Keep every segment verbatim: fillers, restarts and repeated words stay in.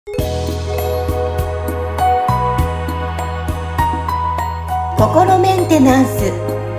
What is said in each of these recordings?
心メンテナンス。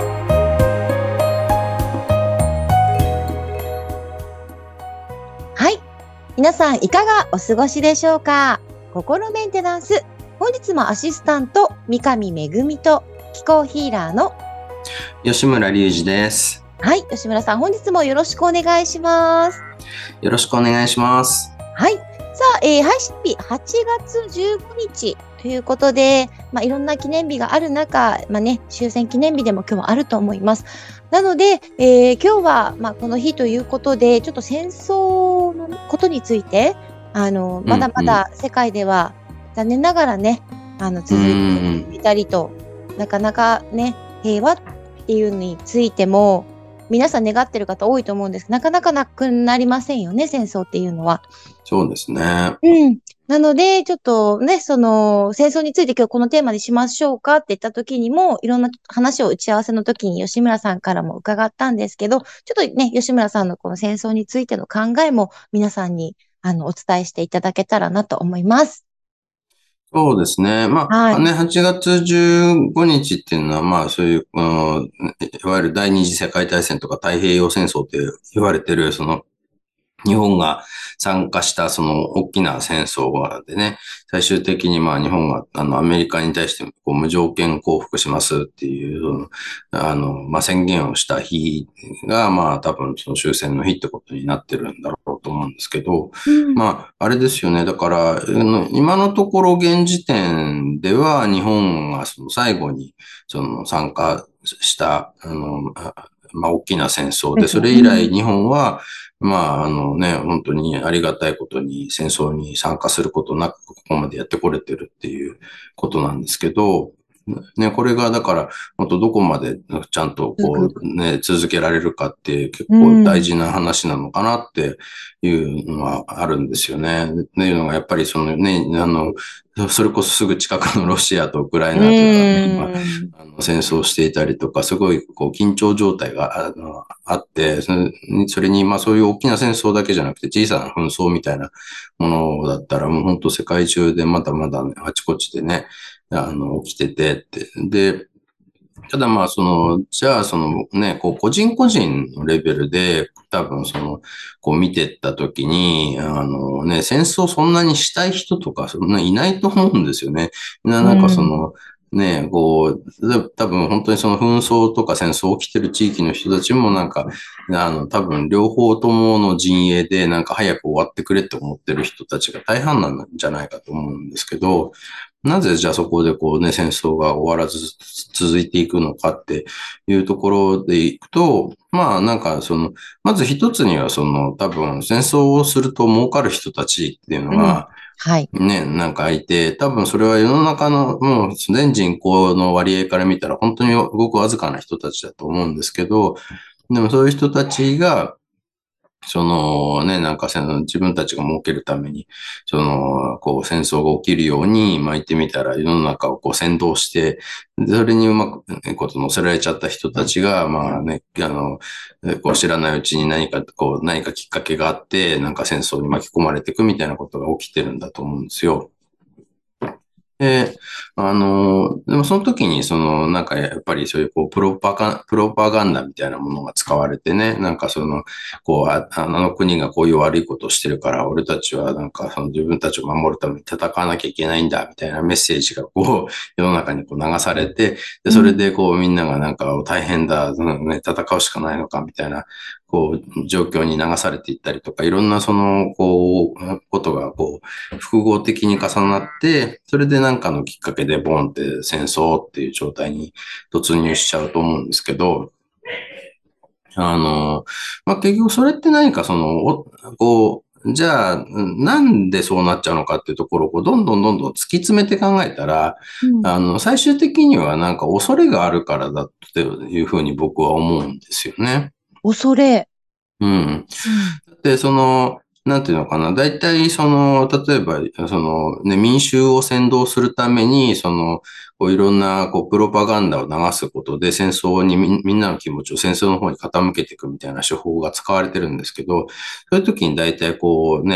はい、皆さんいかがお過ごしでしょうか。心メンテナンス、本日もアシスタント三上恵と気候ヒーラーの吉村隆二です。 はい、吉村さん、本日もよろしくお願いします。 よろしくお願いします。 はい、さあ、えー、配信日はちがつじゅうごにちということで、まあ、いろんな記念日がある中、まあね、終戦記念日でも今日はあると思います。なので、えー、今日は、まあ、この日ということで、ちょっと戦争のことについて、あの、まだまだ世界では残念ながらね、あの、続いていたりと、なかなかね、平和っていうのについても、皆さん願ってる方多いと思うんです。なかなかなくなりませんよね、戦争っていうのは。 そうですね。 うん。なので、ちょっとね、その、戦争について今日このテーマにしましょうかって言った時にも、いろんな話を打ち合わせの時に吉村さんからも伺ったんですけど、ちょっとね、吉村さんのこの戦争についての考えも皆さんに、あの、お伝えしていただけたらなと思います。 そうですね。まあ、 はい。 ね、はちがつじゅうごにちっていうのは、まあ、そういう、うん、いわゆる第二次世界大戦とか太平洋戦争って言われてる、その、日本が参加したその大きな戦争でね、最終的にまあ日本があのアメリカに対してこう無条件降伏しますっていう、あの、まあ宣言をした日がまあ多分その終戦の日ってことになってるんだろうと思うんですけど、 うん。 まああれですよね。だから今のところ現時点では日本がその最後にその参加したあの、まあ大きな戦争で、それ以来日本はまあ、あのね、本当にありがたいことに戦争に参加することなくここまでやってこれてるっていうことなんですけど、ね、これがだから、本当どこまでちゃんとこうね、続けられるかって結構大事な話なのかなっていうのはあるんですよね。っていうのがやっぱりそのね、あの、それこそすぐ近くのロシアとウクライナとかね、まあ、あの戦争していたりとか、すごいこう緊張状態があのあって、それにまあそういう大きな戦争だけじゃなくて小さな紛争みたいなものだったらもう本当世界中でまだまだ、ね、あちこちでね、あの、起きててって。で、ただまあ、その、じゃあ、そのね、こう、個人個人のレベルで、多分その、こう見てったときに、あのね、戦争そんなにしたい人とか、そんないないと思うんですよね。みんななんかその、ね、こう、多分本当にその紛争とか戦争起きてる地域の人たちもなんか、あの、多分両方ともの陣営でなんか早く終わってくれって思ってる人たちが大半なんじゃないかと思うんですけど、なぜじゃあそこでこうね、戦争が終わらず続いていくのかっていうところでいくと、まあなんかその、まず一つにはその多分戦争をすると儲かる人たちっていうのが、 はい。 ね、なんかいて、多分それは世の中のもう全人口の割合から見たら本当にごくわずかな人たちだと思うんですけど、でもそういう人たちが、そのね、なんかその自分たちが儲けるために、その、こう戦争が起きるように、まあ言ってみたら世の中をこう先導して、それにうまく、ね、こと乗せられちゃった人たちが、まあね、あの、こう知らないうちに何か、こう何かきっかけがあって、なんか戦争に巻き込まれていくみたいなことが起きてるんだと思うんですよ。で、あの、でもその時に、その、なんかやっぱりそういうこう、プロパガン、プロパガンダみたいなものが使われてね、なんかその、こう、ああの国がこういう悪いことをしてるから、俺たちはなんかその自分たちを守るために戦わなきゃいけないんだ、みたいなメッセージがこう、世の中にこう流されて、で、それでこう、みんながなんか大変だ、ね、戦うしかないのか、みたいな、こう、状況に流されていったりとか、いろんなその、こう、ことが、こう、複合的に重なって、それでなんかのきっかけでボンって戦争っていう状態に突入しちゃうと思うんですけど、あの、まあ、結局それって何かその、こう、じゃあ、なんでそうなっちゃうのかっていうところをこうどんどんどんどん突き詰めて考えたら、あの、最終的にはなんか恐れがあるからだっていうふうに僕は思うんですよね。 恐れ。 うん。 うん。 で、その、なんていうのかな。大体、その、例えば、その、ね、民衆を扇動するために、その、こういろんな、こう、プロパガンダを流すことで、戦争にみ、みんなの気持ちを戦争の方に傾けていくみたいな手法が使われてるんですけど、そういう時に大体、こうね、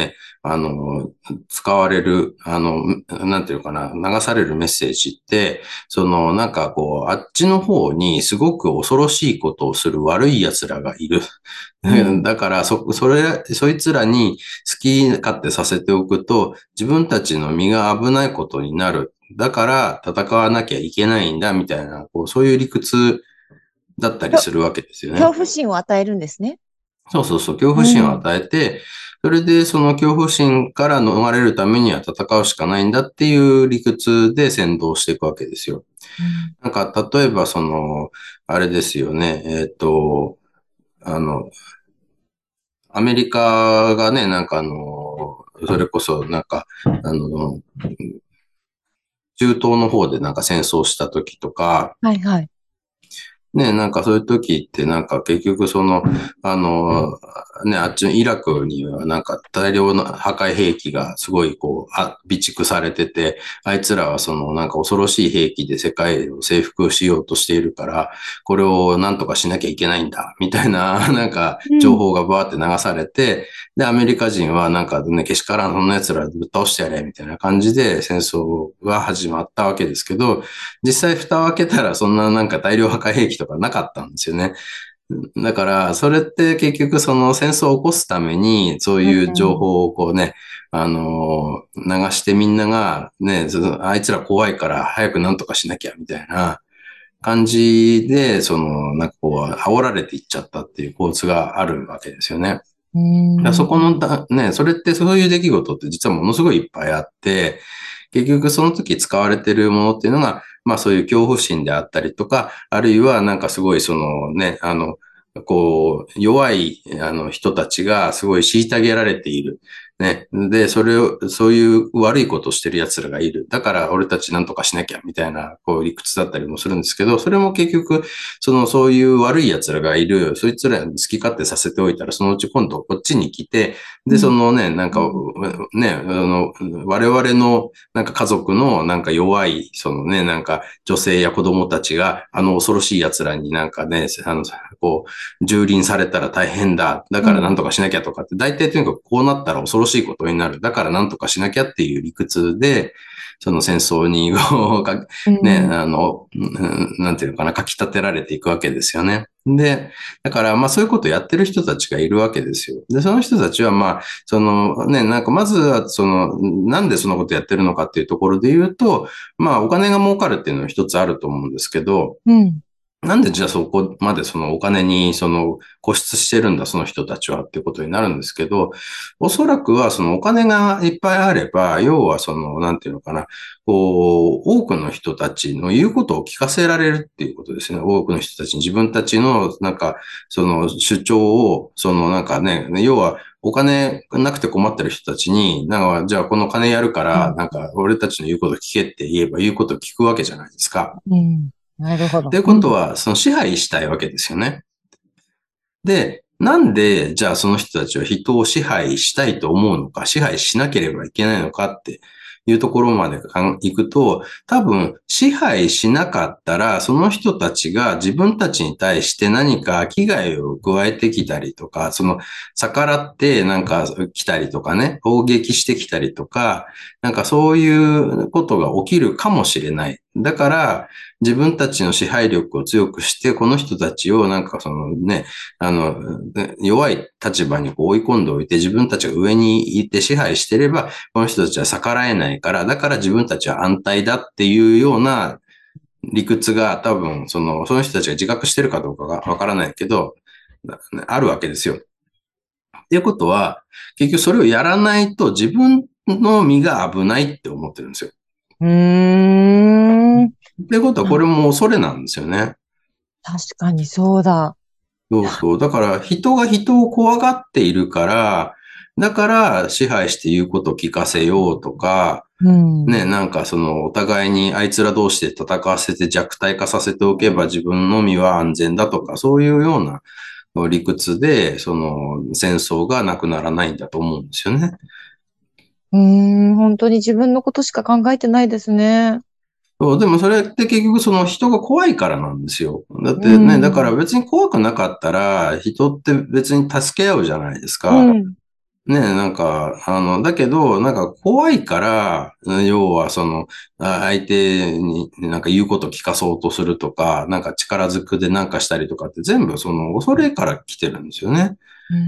あの、使われる、あの、なんていうのかな、流されるメッセージって、その、なんかこう、あっちの方にすごく恐ろしいことをする悪い奴らがいる。 うん。 だから、そ、それ、そいつらに好き勝手させておくと、自分たちの身が危ないことになる。だから戦わなきゃいけないんだ、みたいな、こう、そういう理屈だったりきょするわけですよね。 恐怖心を与えるんですね。 そうそうそう、恐う怖心をん。 与えて、それでその恐怖心から逃れるためには戦うしかないんだっていう理屈で先導していくわけですよ。 うん。 なんか、例えばその、あれですよね、えっと、あの、アメリカがね、なんかあの、それこそなんか、あの、中東の方でなんか戦争した時とか、 はいはい。 ね、なんかそういう時ってなんか結局その、あの、ね、あっちのイラクにはなんか大量の破壊兵器がすごいこう、あ、備蓄されてて、あいつらはそのなんか恐ろしい兵器で世界を征服しようとしているから、これをなんとかしなきゃいけないんだ、みたいな、なんかうん。 情報がバーって流されて、で、アメリカ人はなんかね、けしからんそんな奴らぶっ倒してやれ、みたいな感じで戦争が始まったわけですけど、実際蓋を開けたらそんななんか大量破壊兵器とかなかったんですよね。だから、それって結局その戦争を起こすために、そうういう情ん。 報をこうね、あの、流してみんながね、あいつら怖いから早くなんとかしなきゃみたいな感じで、その、なんかこう、煽られていっちゃったっていう構図があるわけですよね。 うだからそこん。 のだ、ね、それってそういう出来事って実はものすごいいっぱいあって、結局その時使われているものっていうのが、まあそういう恐怖心であったりとか、あるいはなんかすごいそのね、あの、こう、弱い、あの人たちがすごい虐げられている。ね。で、それを、そういう悪いことをしてる奴らがいる。だから俺たちなんとかしなきゃ、みたいな、こう理屈だったりもするんですけど、それも結局、その、そういう悪い奴らがいる、そいつらに好き勝手させておいたら、そのうち今度こっちに来て、で、そうん。 のね、なんか、ね、あの、我々の、なんか家族の、なんか弱い、そのね、なんか女性や子供たちが、あの恐ろしい奴らになんかね、あの、こう、蹂躙されたら大変だ。だからなんうん。 とかしなきゃとかって、大体とにかくこうなったら恐ろしいことになる。だからなんとかしなきゃっていう理屈で、その戦争に、ね、 うん。 あの、なんていうのかな、書き立てられていくわけですよね。で、だから、まあそういうことをやってる人たちがいるわけですよ。で、その人たちは、まあ、そのね、なんかまずは、その、なんでそのことやってるのかっていうところで言うと、まあお金が儲かるっていうのは一つあると思うんですけど、 うん。 なんでじゃあそこまでそのお金にその固執してるんだ、その人たちはっていうことになるんですけど、おそらくはそのお金がいっぱいあれば、要はその、なんていうのかな、こう、多くの人たちの言うことを聞かせられるっていうことですね。多くの人たちに自分たちのなんか、その主張を、そのなんかね、要はお金なくて困ってる人たちに、なんか、じゃあこの金やるから、 うん。 なんか俺たちの言うこと聞けって言えば言うこと聞くわけじゃないですか。 うん。なるほど。 といううん。 ことは、その支配したいわけですよね。で、なんで、じゃあその人たちは人を支配したいと思うのか、支配しなければいけないのかっていうところまで行くと、多分支配しなかったら、その人たちが自分たちに対して何か危害を加えてきたりとか、その逆らってなんか来たりとかね、攻撃してきたりとか、なんかそういうことが起きるかもしれない。だから、自分たちの支配力を強くして、この人たちをなんかそのね、あの、弱い立場にこう追い込んでおいて、自分たちが上にいて支配してれば、この人たちは逆らえないから、だから自分たちは安泰だっていうような理屈が多分、その、その人たちが自覚してるかどうかがわからないけど、あるわけですよ。っていうことは、結局それをやらないと自分の身が危ないって思ってるんですよ。 うーん。 っていうことはこれも恐れなんですよね。 確かにそうだ。 そうそう。だから人が人を怖がっているから、だから支配して言うことを聞かせようとか、 うん。 ね、なんかそのお互いにあいつら同士で戦わせて弱体化させておけば自分の身は安全だとか、そういうような理屈で、その戦争がなくならないんだと思うんですよね。 うーん。本当に自分のことしか考えてないですね。 そう、でもそれって結局その人が怖いからなんですよ。だっうてね、だからん。 別に怖くなかったら人って別に助け合うじゃないですか。 うん。 ね、なんか、あの、だけど、なんか怖いから、要はその、あ相手になんか言うことを聞かそうとするとか、なんか力ずくでなんかしたりとかって全部その恐れから来てるんですよね。 うん。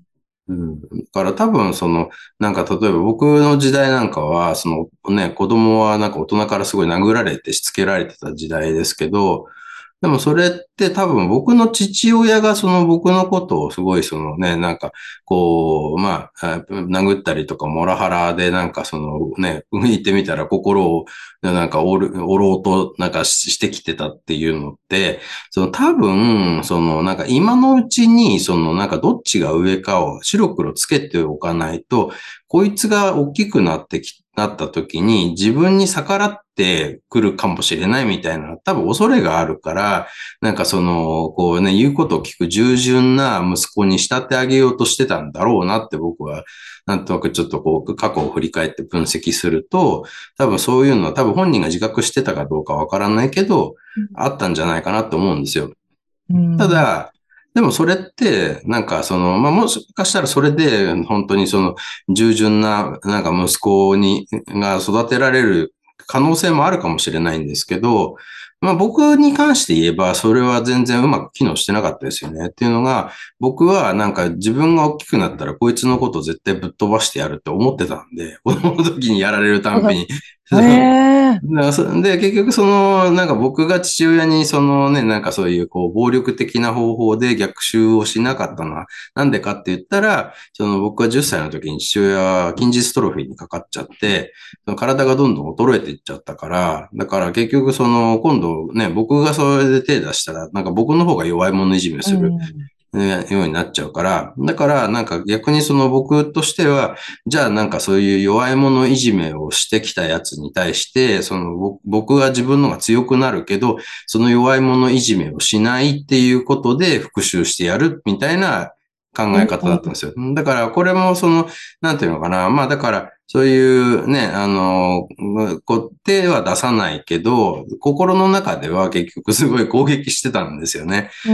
うん。だから多分その、なんか例えば僕の時代なんかは、そのね、子供はなんか大人からすごい殴られてしつけられてた時代ですけど、でもそれって多分僕の父親がその僕のことをすごいそのね、なんかこう、まあ、あ殴ったりとかモラハラでなんかそのね、言ってみたら心をなんか折る、折ろうとなんかししてきてたっていうのって、その多分、そのなんか今のうちにそのなんかどっちが上かを白黒つけておかないと、こいつが大きくなってき、なった時に自分に逆らってくるかもしれないみたいな多分恐れがあるから、なんかその、こうね、言うことを聞く従順な息子に仕立て上げようとしてたんだろうなって僕は、なんとなくちょっとこう過去を振り返って分析すると、多分そういうのは多分本人が自覚してたかどうかわからないけど、あったんじゃないかなと思うんですよ。 うん。 ただ、でもそれって、なんかその、まあ、もしかしたらそれで、本当にその、従順な、なんか息子に、が育てられる可能性もあるかもしれないんですけど、まあ僕に関して言えば、それは全然うまく機能してなかったですよね。っていうのが、僕はなんか自分が大きくなったらこいつのことを絶対ぶっ飛ばしてやるって思ってたんで、子供の時にやられるたんびに、 ええ。 だからそで、結局その、なんか僕が父親にそのね、なんかそういうこう暴力的な方法で逆襲をしなかったのは、なんでかって言ったら、その僕がじゅっさいの時に父親は筋ジストロフィーにかかっちゃって、その体がどんどん衰えていっちゃったから、だから結局その今度ね、僕がそれで手出したら、なんか僕の方が弱い者いじめうするん。 ねようになっちゃうから、だからなんか逆にその僕としては、じゃあなんかそういう弱い者いじめをしてきたやつに対して、そのぼ僕が自分のが強くなるけど、その弱い者いじめをしないっていうことで復讐してやるみたいな考うん。 え方だったんですよ。だからこれもその、なんていうのかな。まあだから、そういうね、あの、こう手は出さないけど、心の中では結局すごい攻撃してたんですよね。 うん。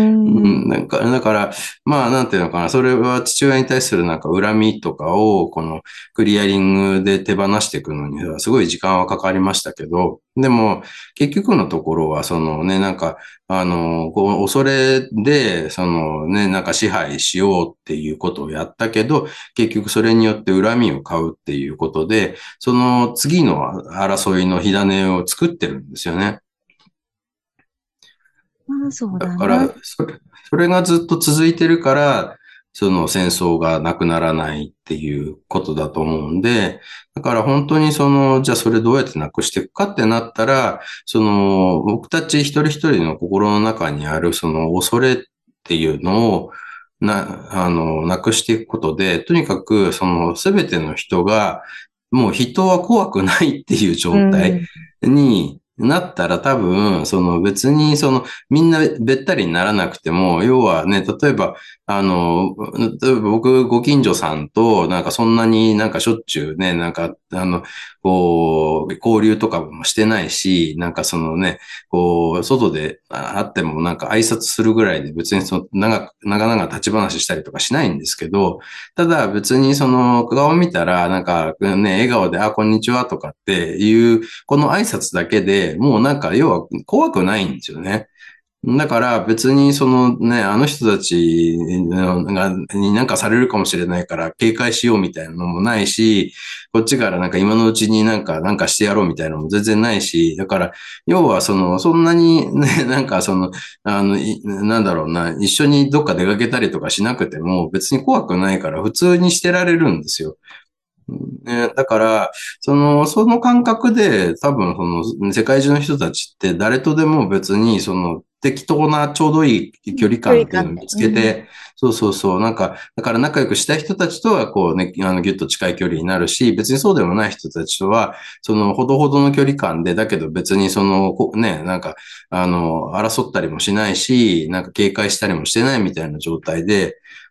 うん、なんか、だから、まあ、なんていうのかな、それは父親に対するなんか恨みとかを、このクリアリングで手放していくのにはすごい時間はかかりましたけど、でも、結局のところは、そのね、なんか、あの、こう、恐れで、そのね、なんか支配しようっていうことをやったけど、結局それによって恨みを買うっていうことで、その次の争いの火種を作ってるんですよね。 まあ、そうだから、 だな。 それ、それがずっと続いてるから、その戦争がなくならないっていうことだと思うんで、だから本当にその、じゃあそれどうやってなくしていくかってなったら、その、僕たち一人一人の心の中にあるその恐れっていうのを、な、あの、なくしていくことで、とにかくその全ての人が、もう人は怖くないっていうう状態ん。 になったら多分、その別にそのみんなべったりにならなくても、要はね、例えば、あの、例えば僕、ご近所さんと、なんかそんなになんかしょっちゅうね、なんか、あの、こう、交流とかもしてないし、なんかそのね、こう、外で会ってもなんか挨拶するぐらいで別にその長く、長々立ち話したりとかしないんですけど、ただ別にその顔見たら、なんかね、笑顔で、あ、こんにちはとかっていう、この挨拶だけでもうなんか要は怖くないんですよね。だから別にそのね、あの人たちがになんかされるかもしれないから警戒しようみたいなのもないし、こっちからなんか今のうちになんかなんかしてやろうみたいなのも全然ないし、だから要はその、そんなにね、なんかその、あの、いなんだろうな、一緒にどっか出かけたりとかしなくても別に怖くないから普通にしてられるんですよ。ね、だから、その、その感覚で、多分、その、世界中の人たちって誰とでも別に、その、適当なちょうどいい距離距離感っていう感で。 のを見つうん。 けて、そうそうそう、なんか、だから仲良くしたい人たちとは、こうね、あの、ぎゅっと近い距離になるし、別にそうでもない人たちとは、その、ほどほどの距離感で、だけど別にその、こね、なんか、あの、争ったりもしないし、なんか警戒したりもしてないみたいな状態で、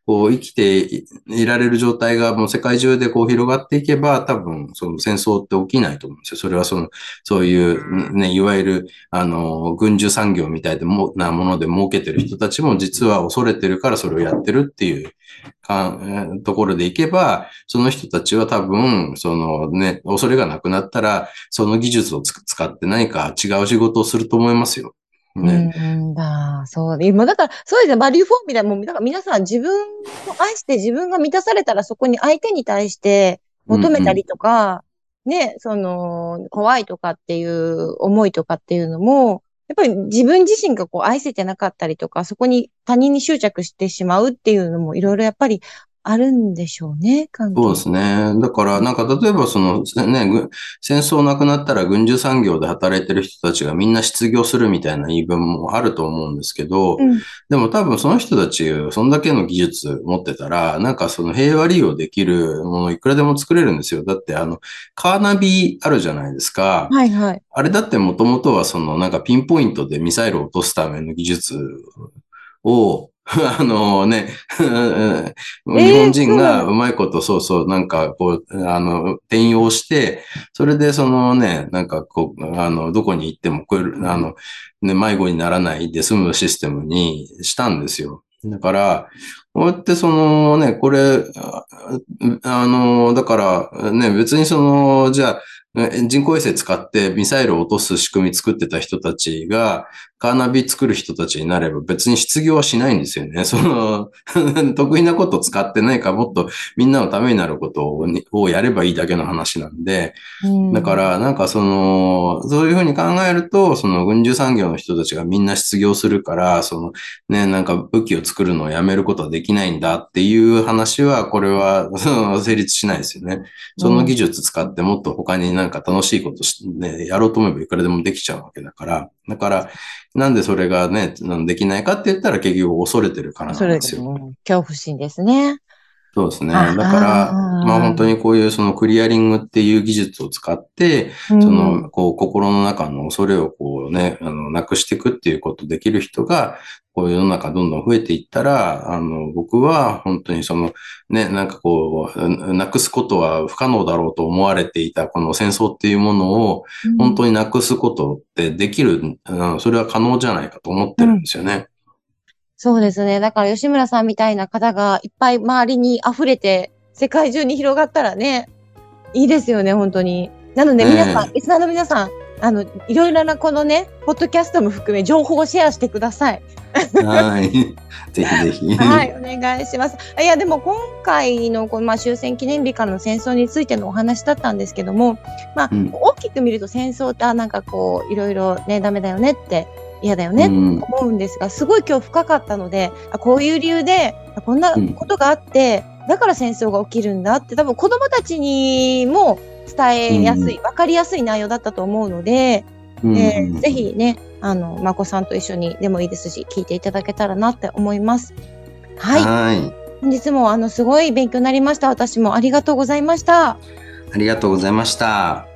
こう生きていいられる状態がもう世界中でこう広がっていけば、多分その戦争って起きないと思うんですよ。それはその、そういうね、いわゆる、あの、軍需産業みたいでもなもので儲けてる人たちも実は恐れてるからそれをやってるっていうかところでいけば、その人たちは多分、そのね、恐れがなくなったら、その技術をつ使って何か違う仕事をすると思いますよ。 うね。 んだ、そうで、今だから、そうですね、バリューフォーみたいな、もう、だから皆さん自分を愛して自分が満たされたらそこに相手に対してうんうん。 求めたりとか、ね、その、怖いとかっていう思いとかっていうのも、やっぱり自分自身がこう愛せてなかったりとか、そこに他人に執着してしまうっていうのもいろいろやっぱりあるんでしょうね、関係。 そうですね。だから、なんか、例えば、その、ね、ぐ戦争なくなったら軍需産業で働いてる人たちがみんな失業するみたいな言い分もあると思うんですけど、 うん。 でも多分その人たち、そんだけの技術持ってたら、なんかその平和利用できるものいくらでも作れるんですよ。だって、あの、カーナビあるじゃないですか。 はいはい。 あれだってもともとはその、なんかピンポイントでミサイルを落とすための技術を、あのね、日本ええ、そうなんだ。 人がうまいことそうそう、なんかこう、あの、転用して、それでそのね、なんかこう、あの、どこに行ってもこれ、あの、ね、迷子にならないで済むシステムにしたんですよ。だから、こうやってそのね、これ、ああの、だからね、別にその、じゃあ、え人工衛星使ってミサイルを落とす仕組み作ってた人たちが、カーナビ作る人たちになれば別に失業はしないんですよね。その、得意なこと使ってないかもっとみんなのためになることををやればいいだけの話なんで、 うん。 だから、なんかその、そういうふうに考えると、その軍需産業の人たちがみんな失業するから、そのね、なんか武器を作るのをやめることはできないんだっていう話は、これは、その成立しないですよね。その技うん。 術使ってもっと他になんか楽しいことし、ね、やろうと思えばいくらでもできちゃうわけだから。だから、なんでそれがね、できないかって言ったら結局恐れてるからそれで、 なんですよ。 うん、恐怖心ですね。 そうですね。だから、まあああ、 本当にこういうそのクリアリングっていう技術を使って、 うん。 その、こう心の中の恐れをこうね、あの、なくしていくっていうことできる人が、こう世の中どんどん増えていったら、あの、僕は本当にその、ね、なんかこう、なくすことは不可能だろうと思われていたこの戦争っていうものを、 うん。 本当になくすことってできる、うん、それは可能じゃないかと思ってるんでうん。 すよね。 そうですね。だから吉村さんみたいな方がいっぱい周りに溢れて、世界中に広がったらね、いいですよね、本当に。なので皆さん、 ねリスナーの皆さん、あの、いろいろなこのね、ポッドキャストも含め情報をシェアしてください。 え。はい。ぜひぜはい、 ひ。 お願いします。いや、でも今回のこの、まあ、終戦記念日からの戦争についてのお話だったんですけども、まあ、 うん。 大きく見ると戦争って、あ、なんかこう、いろいろね、ダメだよねって、嫌だよねってうん。 思うんですが、すごい今日深かったので、あ、こういう理由で、あこんなうん。 ことがあって、だから戦争が起きるんだって、多分子供たちにも伝えやすい、 うん。 わかりやすい内容だったと思うので、 うえーぜん。 ひね、あの、まこさんと一緒にでもいいですし、聞いていただけたらなって思います。はい。 はい。 本日もあの、すごい勉強になりました。私もありがとうございました。 ありがとうございました。